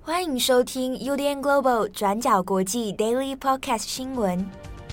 欢迎收听 UDN Global 转角国际 Daily Podcast 新闻。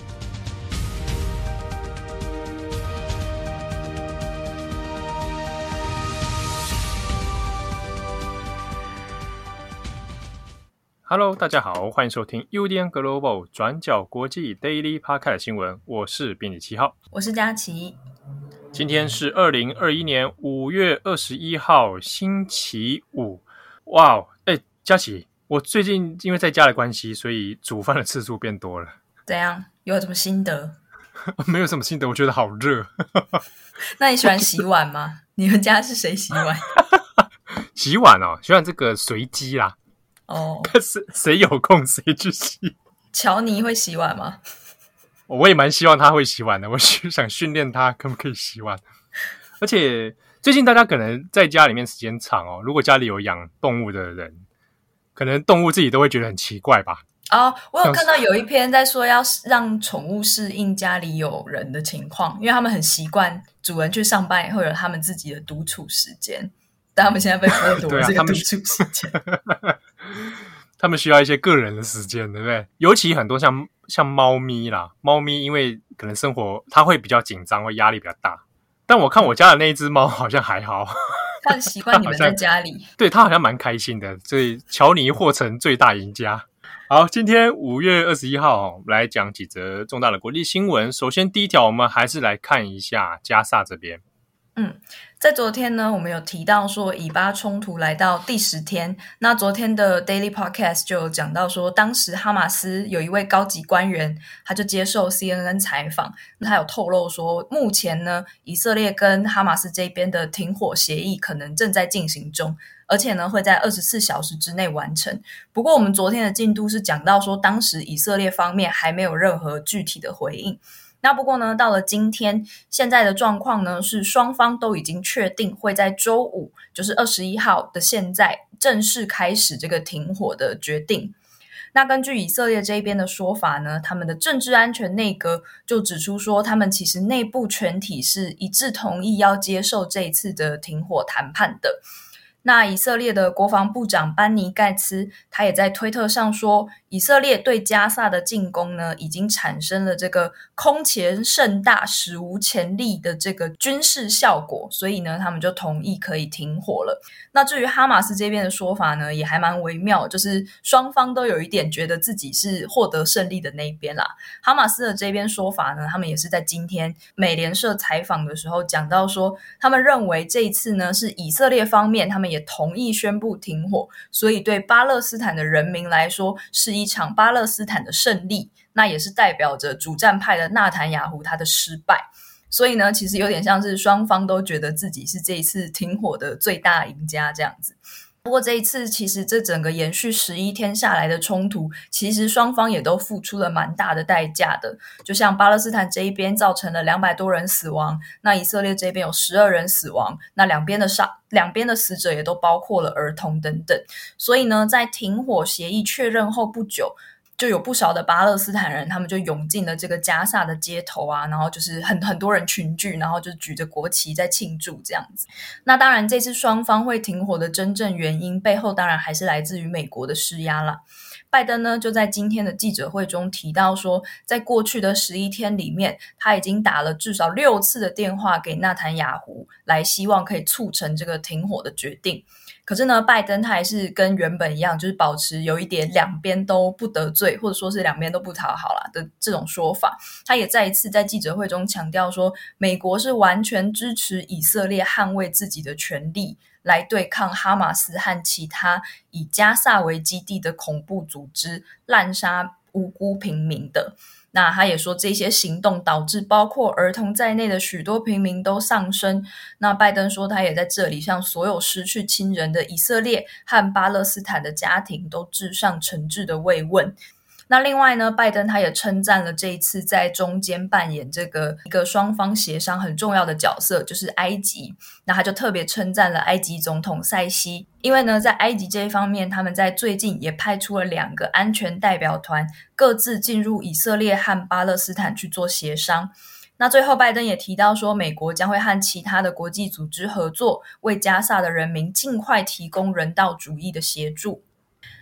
Hello， 大家好，欢迎收听 UDN Global 转角国际 Daily Podcast 新闻，我是编辑7号， 我是佳琪。 今天是2021年5月21号，星期五。哇，佳琪，我最近因为在家的关系，所以煮饭的次数变多了。 怎样？有什么心得？ 没有什么心得，我觉得好热。 那你喜欢洗碗吗？你们家是谁洗碗？ 洗碗哦，洗碗这个随机啦。 哦， 谁有空谁去洗。 乔尼会洗碗吗？ 我也蛮希望他会洗碗的，我想训练他可不可以洗碗。而且最近大家可能在家里面时间长哦，如果家里有养动物的人，可能动物自己都会觉得很奇怪吧。 哦，我有看到有一篇在说要让宠物适应家里有人的情况，因为他们很习惯主人去上班以后有他们自己的独处时间，但他们现在被剥夺了这个独处时间。 他们需要一些个人的时间，对不对？尤其很多像猫咪啦，猫咪因为可能生活它会比较紧张，会压力比较大。但我看我家的那一只猫好像还好， 它很习惯你们在家里。 对，它好像蛮开心的，所以乔尼或成最大赢家。好，今天5月21号来讲几则重大的国际新闻。首先第一条，我们还是来看一下加萨这边。 在昨天呢，我们有提到说以巴冲突来到第10天，那昨天的 Daily Podcast 就有讲到说，当时哈马斯有一位高级官员，他就接受 CNN 采访，他有透露说，目前呢，以色列跟哈马斯这边的停火协议可能正在进行中，而且呢会在24小时之内完成。不过我们昨天的进度是讲到说，当时以色列方面还没有任何具体的回应。那不过呢，到了今天，现在的状况呢是双方都已经确定会在周五，就是21号的现在正式开始这个停火的决定。那根据以色列这边的说法呢，他们的政治安全内阁就指出说，他们其实内部全体是一致同意要接受这一次的停火谈判的。那以色列的国防部长班尼盖茨他也在推特上说，以色列对加萨的进攻呢，已经产生了这个空前盛大史无前例的这个军事效果，所以呢他们就同意可以停火了。那至于哈马斯这边的说法呢，也还蛮微妙，就是双方都有一点觉得自己是获得胜利的那一边啦。哈马斯的这边说法呢，他们也是在今天美联社采访的时候讲到说，他们认为这一次呢是以色列方面他们也同意宣布停火，所以对巴勒斯坦的人民来说是一场巴勒斯坦的胜利，那也是代表着主战派的纳坦雅胡他的失败。所以呢，其实有点像是双方都觉得自己是这一次停火的最大赢家这样子。不过这一次其实这整个延续11天下来的冲突，其实双方也都付出了蛮大的代价的。就像巴勒斯坦这一边造成了200多人死亡，那以色列这边有12人死亡，那两边的死者也都包括了儿童等等。所以呢，在停火协议确认后不久，就有不少的巴勒斯坦人，他们就涌进了这个加萨的街头啊，然后就是很多人群聚，然后就举着国旗在庆祝这样子。那当然这次双方会停火的真正原因背后当然还是来自于美国的施压啦。拜登呢就在今天的记者会中提到说，在过去的11天里面，他已经打了至少6次的电话给纳坦雅胡，来希望可以促成这个停火的决定。可是呢，拜登他还是跟原本一样，就是保持有一点两边都不得罪，或者说是两边都不讨好啦的这种说法。他也再一次在记者会中强调说，美国是完全支持以色列捍卫自己的权利，来对抗哈马斯和其他以加萨为基地的恐怖组织滥杀无辜平民的。那他也说，这些行动导致包括儿童在内的许多平民都丧生。那拜登说，他也在这里向所有失去亲人的以色列和巴勒斯坦的家庭都致上诚挚的慰问。那另外呢，拜登他也称赞了这一次在中间扮演这个一个双方协商很重要的角色，就是埃及。那他就特别称赞了埃及总统塞西，因为呢，在埃及这一方面，他们在最近也派出了2个安全代表团，各自进入以色列和巴勒斯坦去做协商。那最后拜登也提到说，美国将会和其他的国际组织合作，为加萨的人民尽快提供人道主义的协助。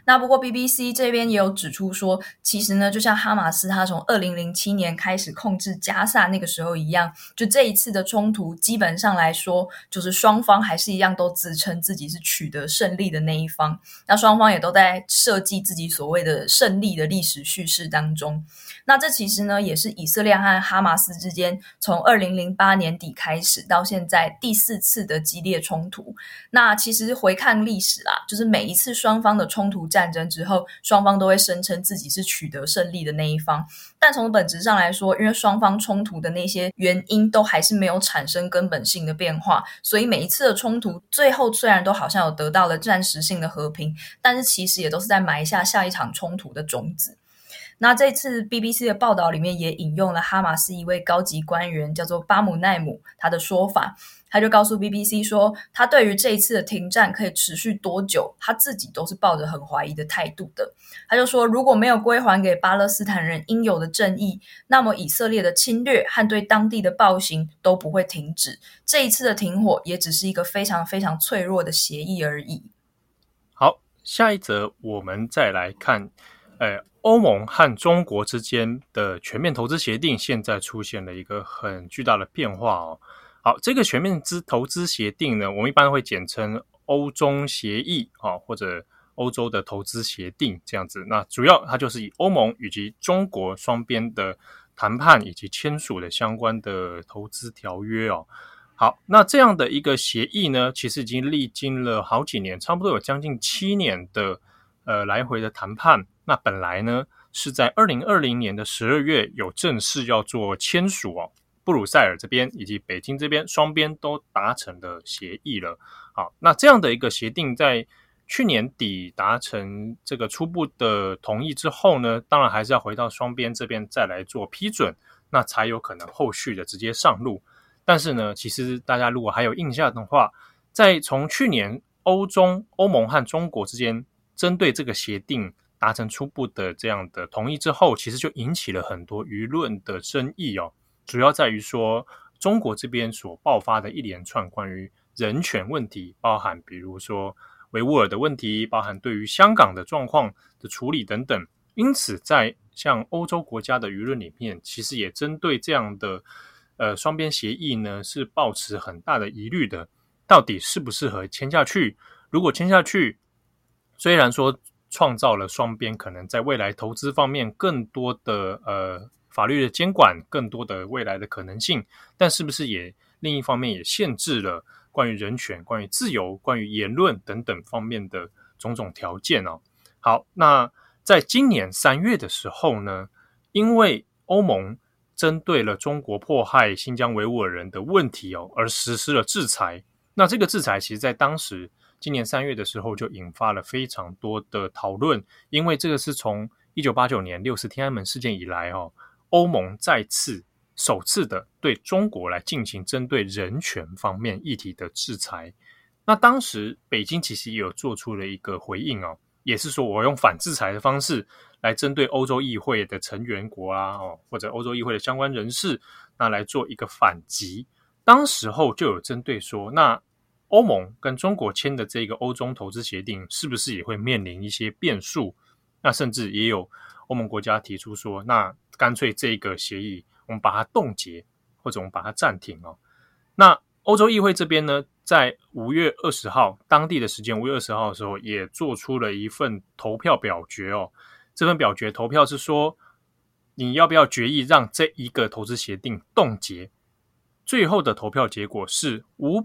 那不过 BBC 这边也有指出说，其实呢，就像哈马斯他从2007年开始控制加萨那个时候一样，就这一次的冲突基本上来说，就是双方还是一样都自称自己是取得胜利的那一方，那双方也都在设计自己所谓的胜利的历史叙事当中。那这其实呢，也是以色列和哈马斯之间从2008年底开始到现在第4次的激烈冲突。那其实回看历史啦，就是每一次双方的冲突战争之后，双方都会声称自己是取得胜利的那一方，但从本质上来说，因为双方冲突的那些原因都还是没有产生根本性的变化，所以每一次的冲突最后虽然都好像有得到了暂时性的和平，但是其实也都是在埋下下一场冲突的种子。那这次 BBC 的报道里面也引用了哈马斯一位高级官员叫做巴姆奈姆他的说法，他就告诉 BBC 说，他对于这一次的停战可以持续多久，他自己都是抱着很怀疑的态度的。他就说，如果没有归还给巴勒斯坦人应有的正义，那么以色列的侵略和对当地的暴行都不会停止。这一次的停火也只是一个非常非常脆弱的协议而已。 好，下一则我们再来看欧盟和中国之间的全面投资协定现在出现了一个很巨大的变化哦。好，这个全面投资协定呢，我们一般会简称欧中协议或者欧洲的投资协定这样子。那主要它就是以欧盟以及中国双边的谈判以及签署的相关的投资条约哦。好，那这样的一个协议呢，其实已经历经了好几年，差不多有将近7年的来回的谈判。那本来呢是在2020年的12月有正式要做签署哦，布鲁塞尔这边以及北京这边双边都达成了协议了。好，那这样的一个协定在去年底达成这个初步的同意之后呢，当然还是要回到双边这边再来做批准，那才有可能后续的直接上路。但是呢，其实大家如果还有印象的话，在从去年欧盟和中国之间针对这个协定达成初步的这样的同意之后，其实就引起了很多舆论的争议哦。主要在于说，中国这边所爆发的一连串关于人权问题，包含比如说维吾尔的问题，包含对于香港的状况的处理等等。因此，在像欧洲国家的舆论里面，其实也针对这样的双边协议呢，是抱持很大的疑虑的。到底适不适合签下去？如果签下去，虽然说创造了双边可能在未来投资方面更多的法律的监管，更多的未来的可能性，但是不是也另一方面也限制了关于人权、关于自由、关于言论等等方面的种种条件哦。好，那在今年3月的时候呢，因为欧盟针对了中国迫害新疆维吾尔人的问题哦，而实施了制裁。那这个制裁其实在当时今年3月的时候就引发了非常多的讨论，因为这个是从1989年60天安门事件以来欧盟首次的对中国来进行针对人权方面议题的制裁。那当时北京其实也有做出了一个回应也是说我用反制裁的方式来针对欧洲议会的成员国或者欧洲议会的相关人士，那来做一个反击。当时候就有针对说，那欧盟跟中国签的这个欧中投资协定是不是也会面临一些变数？那甚至也有欧盟国家提出说，那干脆这个协议我们把它冻结，或者我们把它暂停那欧洲议会这边呢，在5月20号当地的时间5月20号的时候，也做出了一份投票表决这份表决投票是说，你要不要决议让这一个投资协定冻结？最后的投票结果是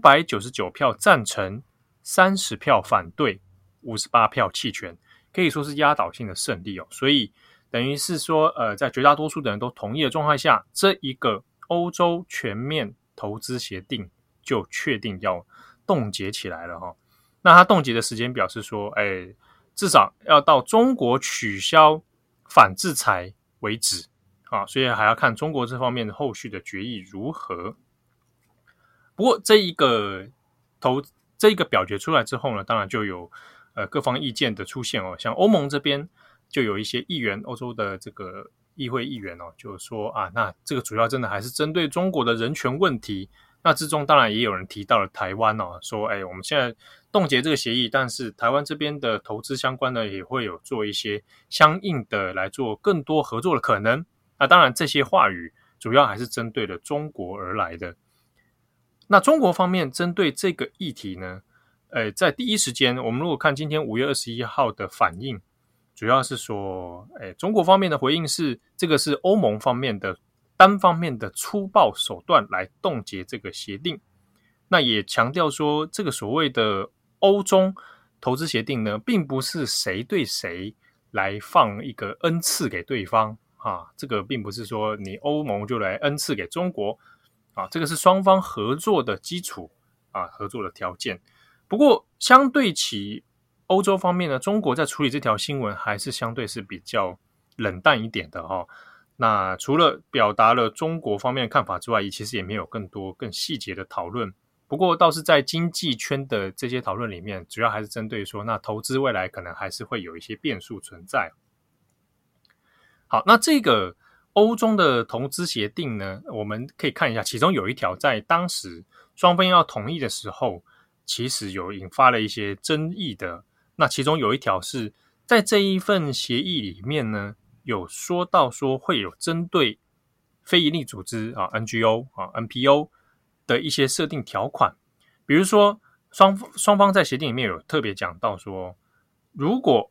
599票赞成，30票反对，58票弃权，可以说是压倒性的胜利所以等于是说在绝大多数的人都同意的状态下，这一个欧洲全面投资协定就确定要冻结起来了那它冻结的时间表是说至少要到中国取消反制裁为止所以还要看中国这方面的后续的决议如何。不过这一个表决出来之后呢，当然就有各方意见的出现像欧盟这边就有一些议员，欧洲的这个议会议员就说那这个主要真的还是针对中国的人权问题， 那之中当然也有人提到了台湾说我们现在冻结这个协议，但是台湾这边的投资相关的也会有做一些相应的来做更多合作的可能。那当然这些话语主要还是针对了中国而来的。那中国方面针对这个议题呢，在第一时间我们如果看今天5月21号的反应，主要是说中国方面的回应是这个是欧盟方面的单方面的粗暴手段来冻结这个协定。那也强调说这个所谓的欧中投资协定呢，并不是谁对谁来放一个恩赐给对方这个并不是说你欧盟就来恩赐给中国这个是双方合作的基础合作的条件。不过相对起欧洲方面呢，中国在处理这条新闻还是相对是比较冷淡一点的那除了表达了中国方面的看法之外，其实也没有更多更细节的讨论。不过倒是在经济圈的这些讨论里面，主要还是针对说那投资未来可能还是会有一些变数存在。好，那这个欧中的投资协定呢，我们可以看一下，其中有一条在当时双方要同意的时候，其实有引发了一些争议的。那其中有一条是在这一份协议里面呢，有说到说会有针对非营利组织NGO NPO 的一些设定条款。比如说双方在协定里面有特别讲到说，如果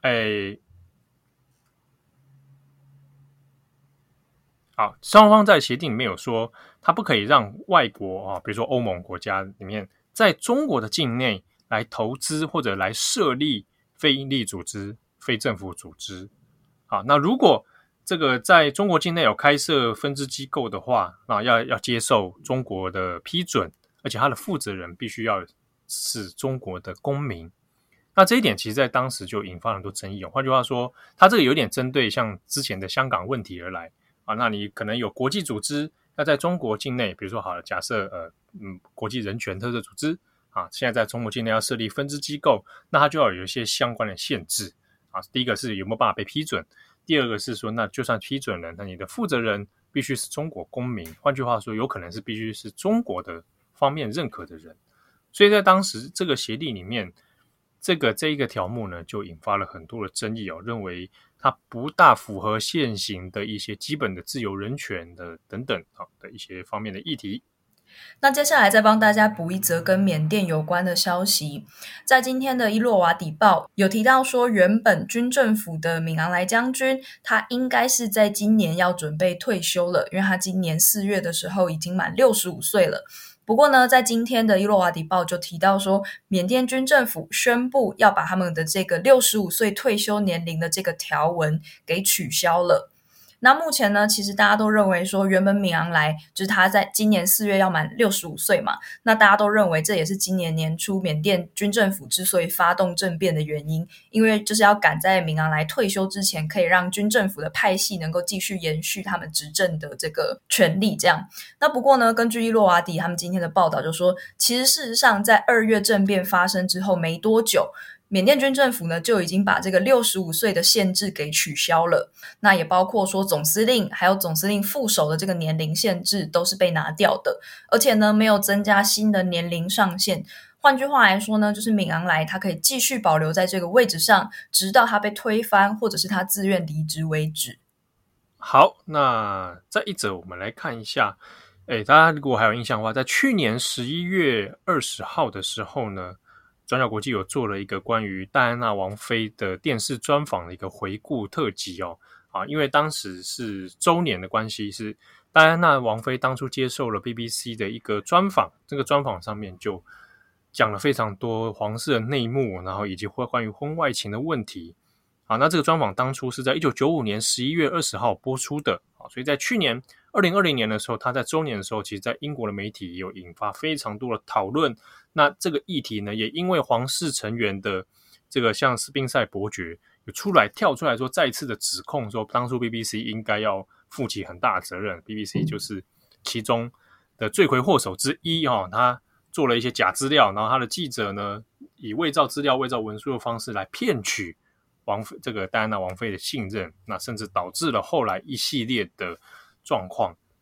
双方在协定里面有说，他不可以让外国比如说欧盟国家里面，在中国的境内来投资或者来设立非营利组织、非政府组织。那如果这个在中国境内有开设分支机构的话，要接受中国的批准，而且他的负责人必须要是中国的公民。那这一点其实在当时就引发很多争议。换句话说，他这个有点针对像之前的香港问题而来那你可能有国际组织要在中国境内，比如说好了，假设国际人权特色组织现在在中国境内要设立分支机构，那它就要有一些相关的限制第一个是有没有办法被批准，第二个是说那就算批准了，那你的负责人必须是中国公民，换句话说有可能是必须是中国的方面认可的人。所以在当时这个协定里面，这一个条目呢就引发了很多的争议认为它不大符合现行的一些基本的自由人权的等等的一些方面的议题。 那接下来再帮大家补一则跟缅甸有关的消息。在今天的伊洛瓦底报有提到说，原本军政府的敏昂莱将军他应该是在今年要准备退休了，因为他今年4月的时候已经满65岁了。不过呢，在今天的伊洛瓦底报就提到说，缅甸军政府宣布要把他们的这个65岁退休年龄的这个条文给取消了。那目前呢，其实大家都认为说，原本敏昂莱就是他在今年4月要满65岁嘛，那大家都认为这也是今年年初缅甸军政府之所以发动政变的原因，因为就是要赶在敏昂莱退休之前，可以让军政府的派系能够继续延续他们执政的这个权利这样。那不过呢，根据伊洛瓦底他们今天的报道就说，其实事实上在2月政变发生之后没多久，缅甸军政府呢就已经把这个65岁的限制给取消了，那也包括说总司令还有总司令副手的这个年龄限制都是被拿掉的，而且呢没有增加新的年龄上限。换句话来说呢，就是敏昂莱他可以继续保留在这个位置上，直到他被推翻或者是他自愿离职为止。 好，那再一则我们来看一下大家如果还有印象的话，在去年11月20号的时候呢，转角国际有做了一个关于戴安娜王妃的电视专访的一个回顾特辑因为当时是周年的关系，是戴安娜王妃当初接受了 BBC 的一个专访，这个专访上面就讲了非常多皇室的内幕，然后以及关于婚外情的问题。那这个专访当初是在1995年11月20号播出的，所以在去年2020年的时候，他在周年的时候，其实在英国的媒体有引发非常多的讨论。那这个议题呢，也因为皇室成员的这个像斯宾塞伯爵有跳出来说，再一次的指控说，当初 BBC 应该要负起很大的责任， BBC 就是其中的罪魁祸首之一他做了一些假资料，然后他的记者呢以伪造资料、伪造文书的方式来骗取这个戴安娜王妃的信任，那甚至导致了后来一系列的状况。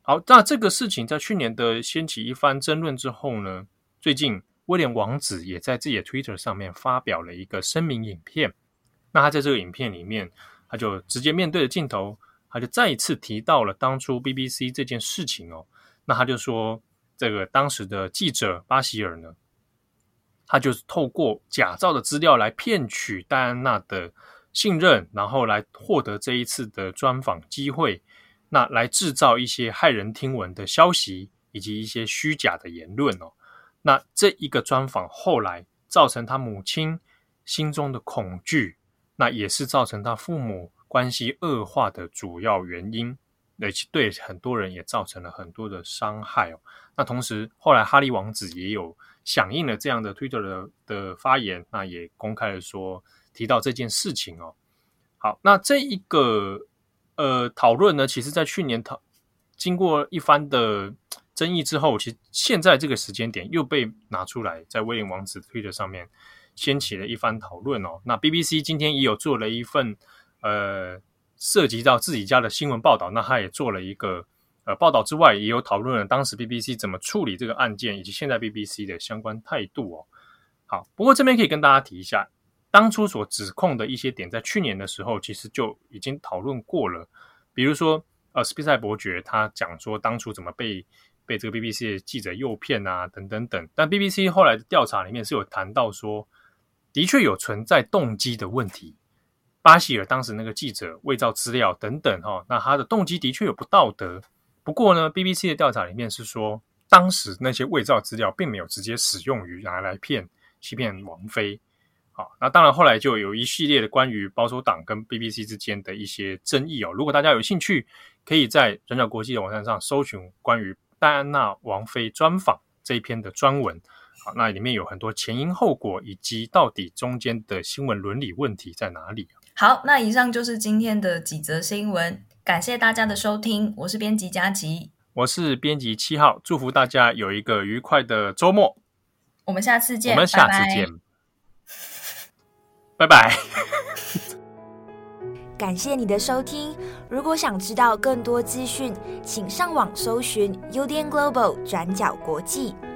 好，那这个事情在去年的掀起一番争论之后呢，最近威廉王子也在自己的 Twitter 上面发表了一个声明影片。那他在这个影片里面，他就直接面对着镜头，他就再一次提到了当初 BBC 这件事情哦。那他就说，这个当时的记者巴希尔呢，他就是透过假造的资料来骗取戴安娜的信任，然后来获得这一次的专访机会，那来制造一些骇人听闻的消息，以及一些虚假的言论哦。那这一个专访后来造成他母亲心中的恐惧，那也是造成他父母关系恶化的主要原因，对很多人也造成了很多的伤害哦。那同时后来哈利王子也有响应了这样的 Twitter 的发言，那也公开的说提到这件事情哦。好，那这一个讨论呢，其实在去年经过一番的争议之后，其实现在这个时间点又被拿出来，在威廉王子 Twitter 上面掀起了一番讨论哦。那 BBC 今天也有做了一份涉及到自己家的新闻报道，那他也做了一个报道之外，也有讨论了当时 BBC 怎么处理这个案件，以及现在 BBC 的相关态度哦。好，不过这边可以跟大家提一下，当初所指控的一些点，在去年的时候其实就已经讨论过了。比如说斯皮塞伯爵他讲说当初怎么被这个 BBC 的记者诱骗啊等等等，但 BBC 后来的调查里面是有谈到说的确有存在动机的问题，巴希尔当时那个记者伪造资料等等那他的动机的确有不道德。不过呢 BBC 的调查里面是说当时那些伪造资料并没有直接使用于拿来欺骗王妃。好，那当然后来就有一系列的关于保守党跟 BBC 之间的一些争议哦。如果大家有兴趣，可以在转角国际的网站上搜寻关于戴安娜王妃专访这一篇的专文。好，那里面有很多前因后果，以及到底中间的新闻伦理问题在哪里。 好，那以上就是今天的几则新闻，感谢大家的收听，我是编辑佳琪， 我是编辑7号，祝福大家有一个愉快的周末。 我们下次见， 我们下次见，拜拜。 感谢你的收听，如果想知道更多资讯，请上网搜寻 UDN Global 转角国际。